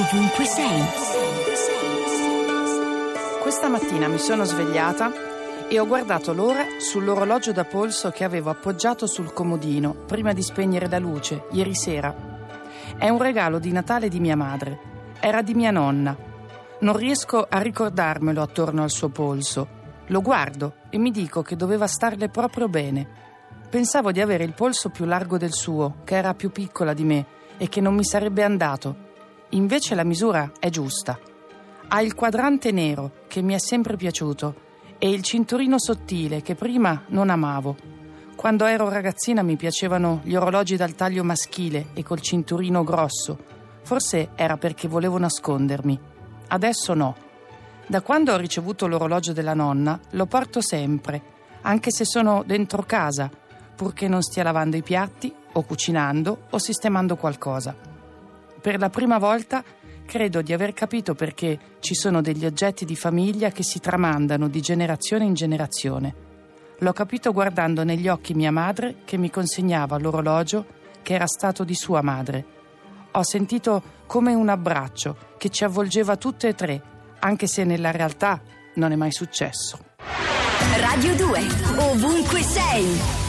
ovunque sei. Questa mattina mi sono svegliata e ho guardato l'ora sull'orologio da polso che avevo appoggiato sul comodino prima di spegnere la luce ieri sera. È un regalo di Natale di mia madre. Era di mia nonna. Non riesco a ricordarmelo attorno al suo polso. Lo guardo e mi dico che doveva starle proprio bene. Pensavo di avere il polso più largo del suo, che era più piccola di me e che non mi sarebbe andato. Invece la misura è giusta. Ha il quadrante nero, che mi è sempre piaciuto, e il cinturino sottile, che prima non amavo. Quando ero ragazzina mi piacevano gli orologi dal taglio maschile e col cinturino grosso. Forse era perché volevo nascondermi. Adesso no. Da quando ho ricevuto l'orologio della nonna, lo porto sempre, anche se sono dentro casa, purché non stia lavando i piatti, o cucinando, o sistemando qualcosa. Per la prima volta credo di aver capito perché ci sono degli oggetti di famiglia che si tramandano di generazione in generazione. L'ho capito guardando negli occhi mia madre che mi consegnava l'orologio che era stato di sua madre. Ho sentito come un abbraccio che ci avvolgeva tutte e tre, anche se nella realtà non è mai successo. Radio 2, ovunque sei.